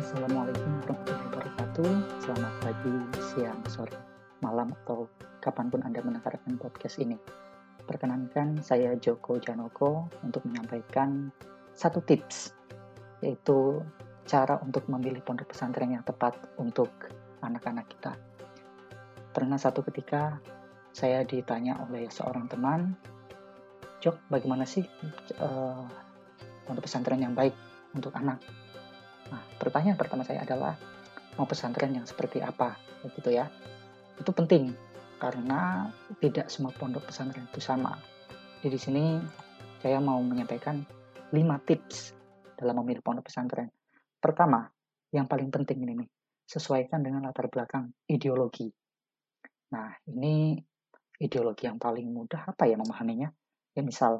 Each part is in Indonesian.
Assalamualaikum warahmatullahi wabarakatuh. Selamat pagi, siang, sore, malam, atau kapanpun Anda mendengarkan podcast ini. Perkenankan saya Joko Janoko untuk menyampaikan satu tips, yaitu cara untuk memilih pondok pesantren yang tepat untuk anak-anak kita. Pernah satu ketika saya ditanya oleh seorang teman, "Jok, bagaimana sih pondok pesantren yang baik untuk anak?" Nah, pertanyaan pertama saya adalah, mau pesantren yang seperti apa? Begitu ya. Itu penting karena tidak semua pondok pesantren itu sama. Jadi di sini saya mau menyampaikan 5 tips dalam memilih pondok pesantren. Pertama, yang paling penting ini nih, sesuaikan dengan latar belakang ideologi. Nah, ini ideologi yang paling mudah apa ya memahaminya? Ya misal,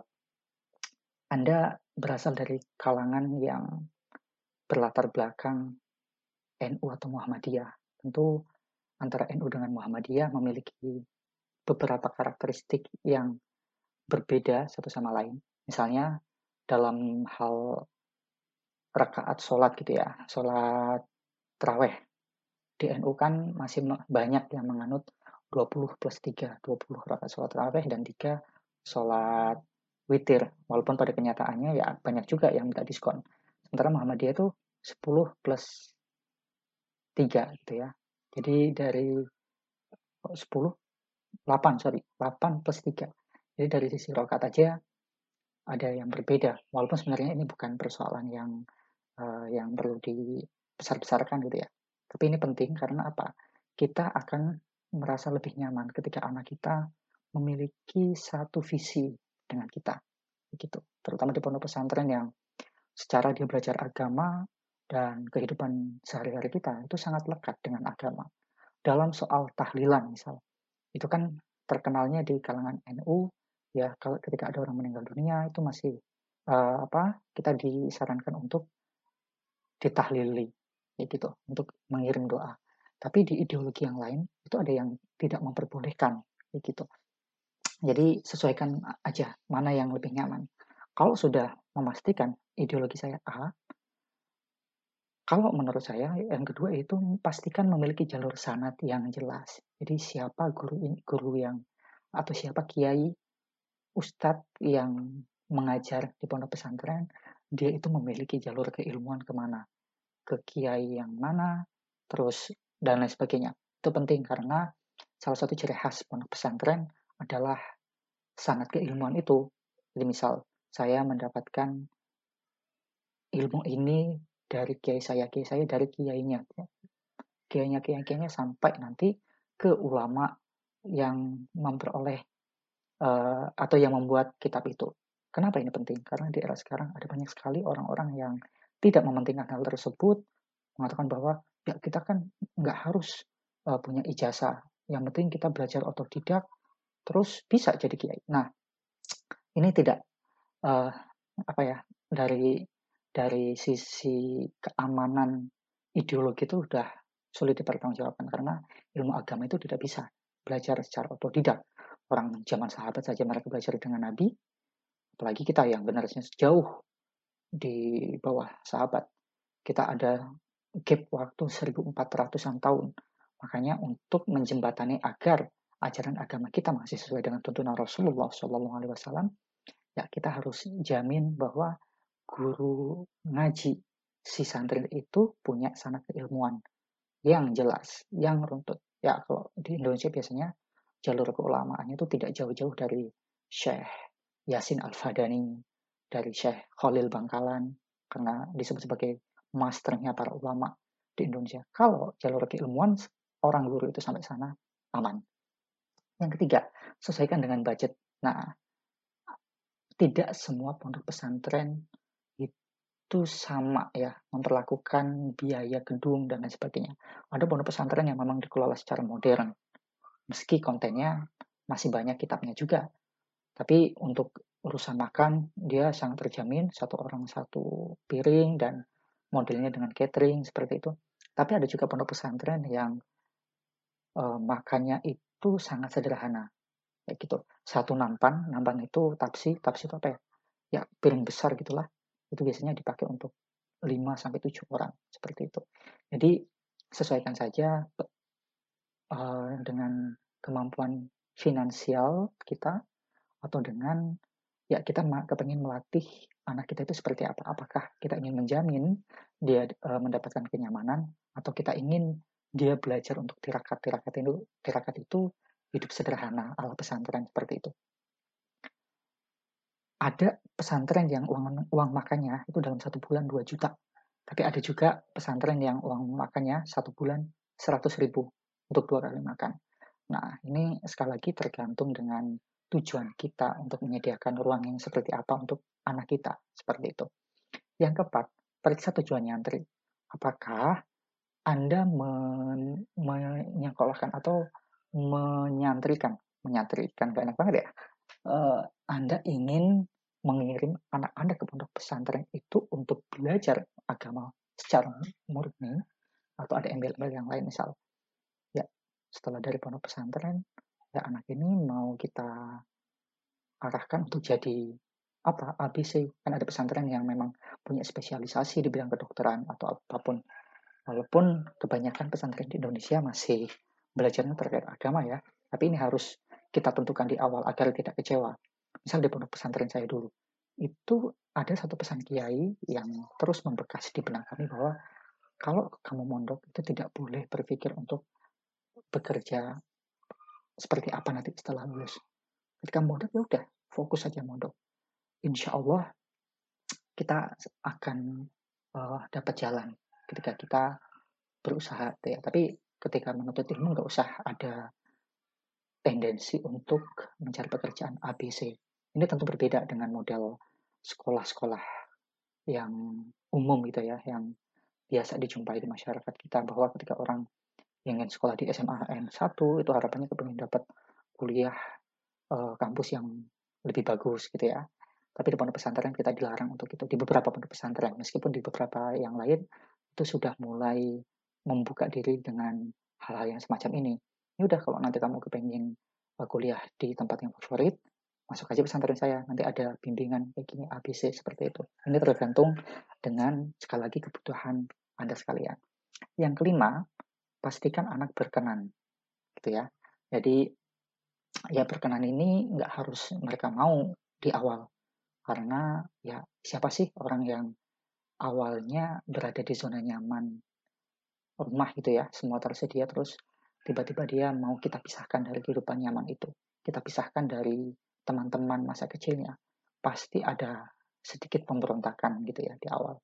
Anda berasal dari kalangan yang berlatar belakang NU atau Muhammadiyah. Tentu antara NU dengan Muhammadiyah memiliki beberapa karakteristik yang berbeda satu sama lain. Misalnya dalam hal rakaat sholat gitu ya, sholat terawih. Di NU kan masih banyak yang menganut 20 plus 3, 20 rakaat sholat terawih dan 3 sholat witir. Walaupun pada kenyataannya ya banyak juga yang minta diskon. Sementara Muhammadiyah itu 10 plus 3 gitu ya. Jadi dari 10, 8 plus 3. Jadi dari sisi rakaat aja ada yang berbeda. Walaupun sebenarnya ini bukan persoalan yang perlu dibesar-besarkan gitu ya. Tapi ini penting karena apa? Kita akan merasa lebih nyaman ketika anak kita memiliki satu visi dengan kita. Begitu. Terutama di pondok pesantren yang secara dia belajar agama dan kehidupan sehari-hari kita itu sangat lekat dengan agama. Dalam soal tahlilan misal, itu kan terkenalnya di kalangan NU ya, kalau ketika ada orang meninggal dunia itu masih kita disarankan untuk ditahlili, kayak gitu, untuk mengirim doa. Tapi di ideologi yang lain itu ada yang tidak memperbolehkan, kayak gitu. Jadi sesuaikan aja mana yang lebih nyaman. Kalau sudah memastikan ideologi saya A, kalau menurut saya yang kedua itu pastikan memiliki jalur sanad yang jelas. Jadi siapa guru yang atau siapa kiai, ustadz yang mengajar di pondok pesantren, dia itu memiliki jalur keilmuan kemana, ke kiai yang mana, terus dan lain sebagainya. Itu penting karena salah satu ciri khas pondok pesantren adalah sanad keilmuan itu. Jadi misal saya mendapatkan ilmu ini dari kiai saya dari kiainya. Kiainya sampai nanti ke ulama yang memperoleh atau yang membuat kitab itu. Kenapa ini penting? Karena di era sekarang ada banyak sekali orang-orang yang tidak mementingkan hal tersebut, mengatakan bahwa ya kita kan nggak harus punya ijazah, yang penting kita belajar otodidak, terus bisa jadi kiai. Nah, ini tidak uh, apa ya dari sisi keamanan ideologi itu udah sulit dipertanggungjawabkan karena ilmu agama itu tidak bisa belajar secara otodidak. Orang zaman sahabat saja mereka belajar dengan Nabi, apalagi kita yang generasinya jauh di bawah sahabat. Kita ada gap waktu 1400-an tahun. Makanya untuk menjembatani agar ajaran agama kita masih sesuai dengan tuntunan Rasulullah SAW, ya kita harus jamin bahwa guru ngaji si santri itu punya sanad keilmuan yang jelas, yang runtut. Ya kalau di Indonesia biasanya jalur keulamaannya itu tidak jauh-jauh dari Syekh Yasin Al-Fadani, dari Syekh Khalil Bangkalan, karena disebut sebagai masternya para ulama di Indonesia. Kalau jalur keilmuan, orang guru itu sampai sana aman. Yang ketiga, sesuaikan dengan budget. Nah, tidak semua pondok pesantren itu sama ya, memperlakukan biaya gedung dan lain sebagainya. Ada pondok pesantren yang memang dikelola secara modern, meski kontennya masih banyak kitabnya juga. Tapi untuk urusan makan, dia sangat terjamin, satu orang satu piring dan modelnya dengan catering seperti itu. Tapi ada juga pondok pesantren yang makannya itu sangat sederhana, kayak gitu. Satu nampan itu tapsi itu apa ya? Ya piring besar gitulah. Itu biasanya dipakai untuk 5-7 orang, seperti itu. Jadi sesuaikan saja dengan kemampuan finansial kita, atau dengan ya kita kepengen melatih anak kita itu seperti apa. Apakah kita ingin menjamin dia mendapatkan kenyamanan, atau kita ingin dia belajar untuk tirakat. Tirakat itu hidup sederhana ala pesantren, seperti itu. Ada pesantren yang uang makannya itu dalam 1 bulan 2 juta. Tapi ada juga pesantren yang uang makannya 1 bulan 100.000 untuk 2 kali makan. Nah, ini sekali lagi tergantung dengan tujuan kita untuk menyediakan ruang yang seperti apa untuk anak kita, seperti itu. Yang keempat, periksa tujuan nyantri. Apakah Anda menyekolahkan atau menyantrikan gak enak banget ya. Anda ingin mengirim anak Anda ke pondok pesantren itu untuk belajar agama secara murni, atau ada embel-embel yang lain, misal ya setelah dari pondok pesantren ya anak ini mau kita arahkan untuk jadi apa, ABC. Kan ada pesantren yang memang punya spesialisasi di bidang kedokteran atau apapun. Walaupun kebanyakan pesantren di Indonesia masih belajarnya terkait agama ya, tapi ini harus kita tentukan di awal agar tidak kecewa. Misal di pondok pesantren saya dulu, itu ada satu pesan kiai yang terus membekas di benak kami bahwa kalau kamu mondok itu tidak boleh berpikir untuk bekerja seperti apa nanti setelah lulus. Ketika mondok ya udah fokus saja mondok. Insya Allah kita akan dapat jalan ketika kita berusaha ya. Tapi ketika menuntut ilmu nggak usah ada tendensi untuk mencari pekerjaan ABC. Ini tentu berbeda dengan model sekolah-sekolah yang umum gitu ya, yang biasa dijumpai di masyarakat kita, bahwa ketika orang yang ingin sekolah di SMA N1 itu harapannya kepengen dapat kuliah kampus yang lebih bagus gitu ya. Tapi di pondok pesantren kita dilarang untuk itu, di beberapa pondok pesantren. Meskipun di beberapa yang lain itu sudah mulai membuka diri dengan hal-hal yang semacam ini. Ini udah, kalau nanti kamu kepengen kuliah di tempat yang favorit, masuk aja pesantren saya, nanti ada bimbingan kayak gini ABC, seperti itu. Ini tergantung dengan sekali lagi kebutuhan Anda sekalian. Yang kelima, pastikan anak berkenan gitu ya. Jadi ya berkenan ini nggak harus mereka mau di awal, karena ya siapa sih orang yang awalnya berada di zona nyaman rumah gitu ya, semua tersedia, terus tiba-tiba dia mau kita pisahkan dari kehidupan nyaman itu, kita pisahkan dari teman-teman masa kecilnya, pasti ada sedikit pemberontakan gitu ya di awal.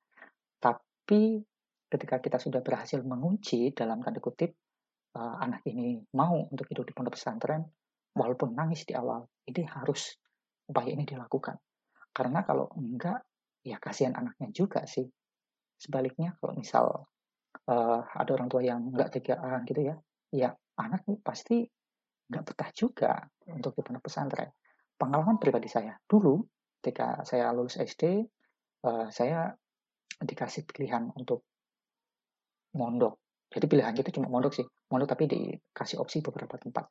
Tapi ketika kita sudah berhasil mengunci dalam tanda kutip anak ini mau untuk hidup di pondok pesantren, walaupun nangis di awal, ini harus upaya ini dilakukan. Karena kalau enggak, ya kasihan anaknya juga sih. Sebaliknya kalau misal ada orang tua yang nggak tegaan gitu ya, ya anak pasti nggak betah juga untuk di pondok pesantren. Pengalaman pribadi saya, dulu ketika saya lulus SD, saya dikasih pilihan untuk mondok. Jadi pilihan itu cuma mondok sih, mondok tapi dikasih opsi beberapa tempat.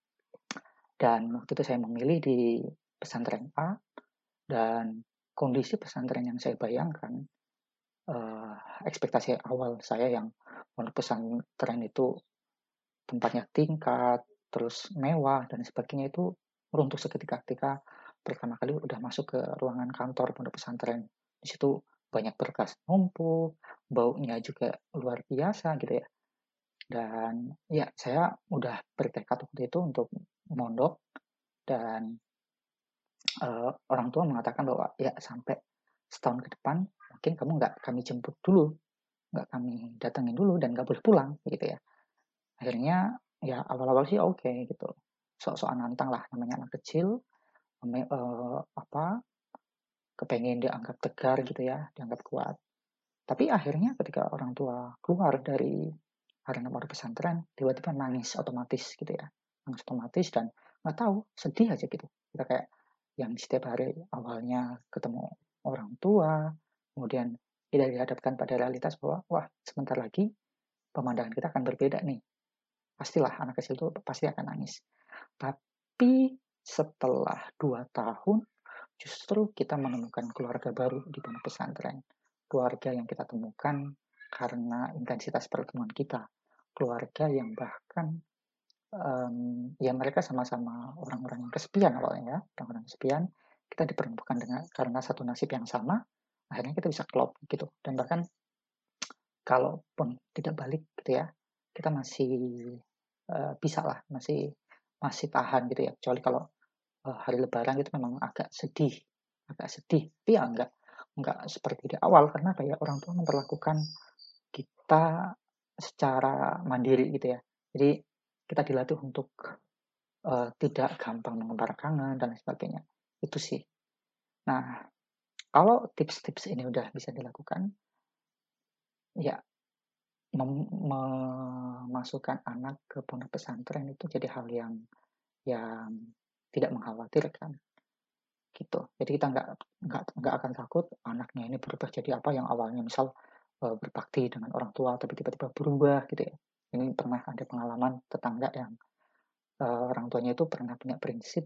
Dan waktu itu saya memilih di pesantren A, dan kondisi pesantren yang saya bayangkan, ekspektasi awal saya yang pondok pesantren itu tempatnya tingkat, terus mewah dan sebagainya, itu runtuh seketika ketika pertama kali udah masuk ke ruangan kantor pondok pesantren. Di situ banyak berkas numpuk, baunya juga luar biasa gitu ya. Dan ya saya udah bertekad waktu itu untuk mondok, dan orang tua mengatakan bahwa ya sampai setahun ke depan mungkin kamu nggak kami jemput dulu, nggak kami datengin dulu, dan nggak boleh pulang gitu ya. Akhirnya ya awal-awal sih oke gitu, sok-sokan nantang lah, namanya anak kecil, kepengen dianggap tegar gitu ya, dianggap kuat. Tapi akhirnya ketika orang tua keluar dari arena pondok pesantren, tiba-tiba nangis otomatis gitu ya, nangis otomatis, dan nggak tahu, sedih aja gitu. Kita kayak yang setiap hari awalnya ketemu orang tua, kemudian kita dihadapkan pada realitas bahwa wah sebentar lagi pemandangan kita akan berbeda nih. Pastilah anak kecil itu pasti akan nangis. Tapi setelah 2 tahun justru kita menemukan keluarga baru di pondok pesantren. keluarga yang kita temukan karena intensitas pertemuan kita. Keluarga yang bahkan ya mereka sama-sama orang-orang yang kesepian awalnya ya, orang-orang kesepian. Kita dipertemukan karena satu nasib yang sama, akhirnya kita bisa klop gitu. Dan bahkan kalaupun tidak balik gitu ya, kita masih bisa lah, masih tahan gitu ya. Kecuali kalau hari Lebaran itu memang agak sedih. Tapi ya enggak seperti di awal, karena kayak orang tua memperlakukan kita secara mandiri gitu ya. Jadi kita dilatih untuk tidak gampang mengumbar kangen dan lain sebagainya. Itu sih. Nah, kalau tips-tips ini udah bisa dilakukan, ya memasukkan anak ke pondok pesantren itu jadi hal yang tidak mengkhawatirkan gitu. Jadi kita nggak akan takut anaknya ini berubah jadi apa yang awalnya misal berbakti dengan orang tua tapi tiba-tiba berubah gitu ya. Ini pernah ada pengalaman tetangga yang orang tuanya itu pernah punya prinsip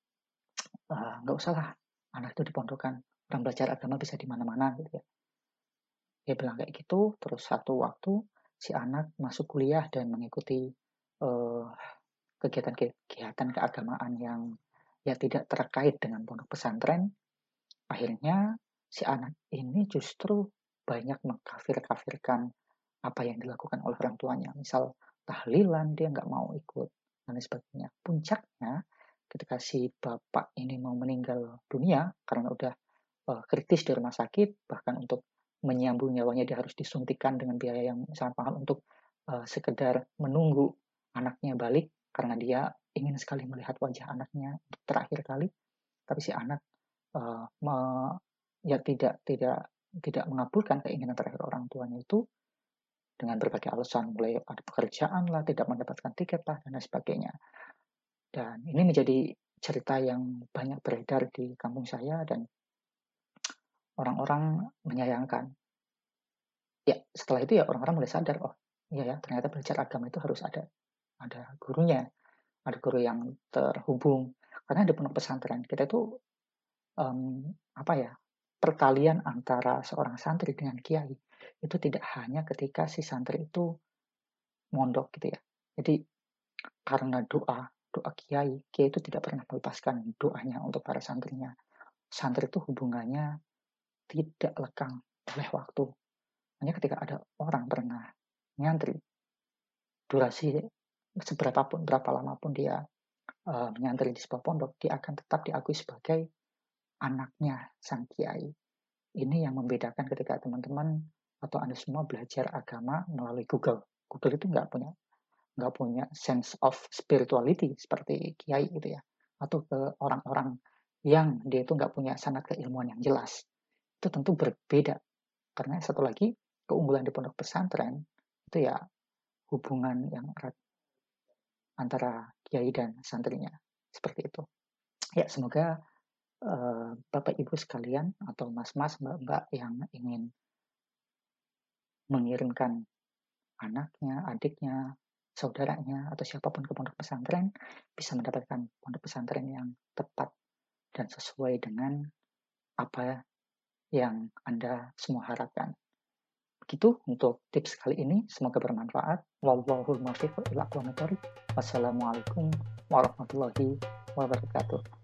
nggak usah lah anak itu dipondokkan, orang belajar agama bisa di mana-mana gitu ya. Dia bilang kayak gitu, terus satu waktu si anak masuk kuliah dan mengikuti eh, kegiatan-kegiatan keagamaan yang ya tidak terkait dengan pondok pesantren. Akhirnya si anak ini justru banyak mengkafir-kafirkan apa yang dilakukan oleh orang tuanya. Misal tahlilan dia nggak mau ikut dan lain sebagainya. Puncaknya ketika si bapak ini mau meninggal dunia karena udah kritis di rumah sakit, bahkan untuk menyambung nyawanya dia harus disuntikan dengan biaya yang sangat mahal untuk sekedar menunggu anaknya balik karena dia ingin sekali melihat wajah anaknya untuk terakhir kali. Tapi si anak uh, me, ya tidak mengabulkan keinginan terakhir orang tuanya itu dengan berbagai alasan, mulai ada pekerjaan lah, tidak mendapatkan tiket lah, dan lain sebagainya. Dan ini menjadi cerita yang banyak beredar di kampung saya dan orang-orang menyayangkan. Ya, setelah itu ya orang-orang mulai sadar, oh iya ya, ternyata belajar agama itu harus ada gurunya, ada guru yang terhubung. Karena di pondok pesantren kita itu apa ya, perkalian antara seorang santri dengan kiai itu tidak hanya ketika si santri itu mondok gitu ya. Jadi karena doa kiai itu tidak pernah melepaskan doanya untuk para santrinya. Santri itu hubungannya tidak lekang oleh waktu. Hanya ketika ada orang pernah nyantri, durasi berapa lama pun dia menyantri di sebuah pondok, dia akan tetap diakui sebagai anaknya sang kiai. Ini yang membedakan ketika teman-teman atau Anda semua belajar agama melalui Google. Google itu nggak punya sense of spirituality seperti kiai gitu ya, atau ke orang-orang yang dia itu nggak punya sanad keilmuan yang jelas. Itu tentu berbeda, karena satu lagi keunggulan di pondok pesantren itu ya hubungan yang erat antara kiai dan santrinya, seperti itu. Ya, semoga Bapak Ibu sekalian atau mas-mas, mbak-mbak yang ingin mengirimkan anaknya, adiknya, saudaranya, atau siapapun ke pondok pesantren bisa mendapatkan pondok pesantren yang tepat dan sesuai dengan apa yang Anda semua harapkan. Begitu untuk tips kali ini, semoga bermanfaat. Wallahul muwaffiq ila aqwamit thoriq. Wassalamualaikum warahmatullahi wabarakatuh.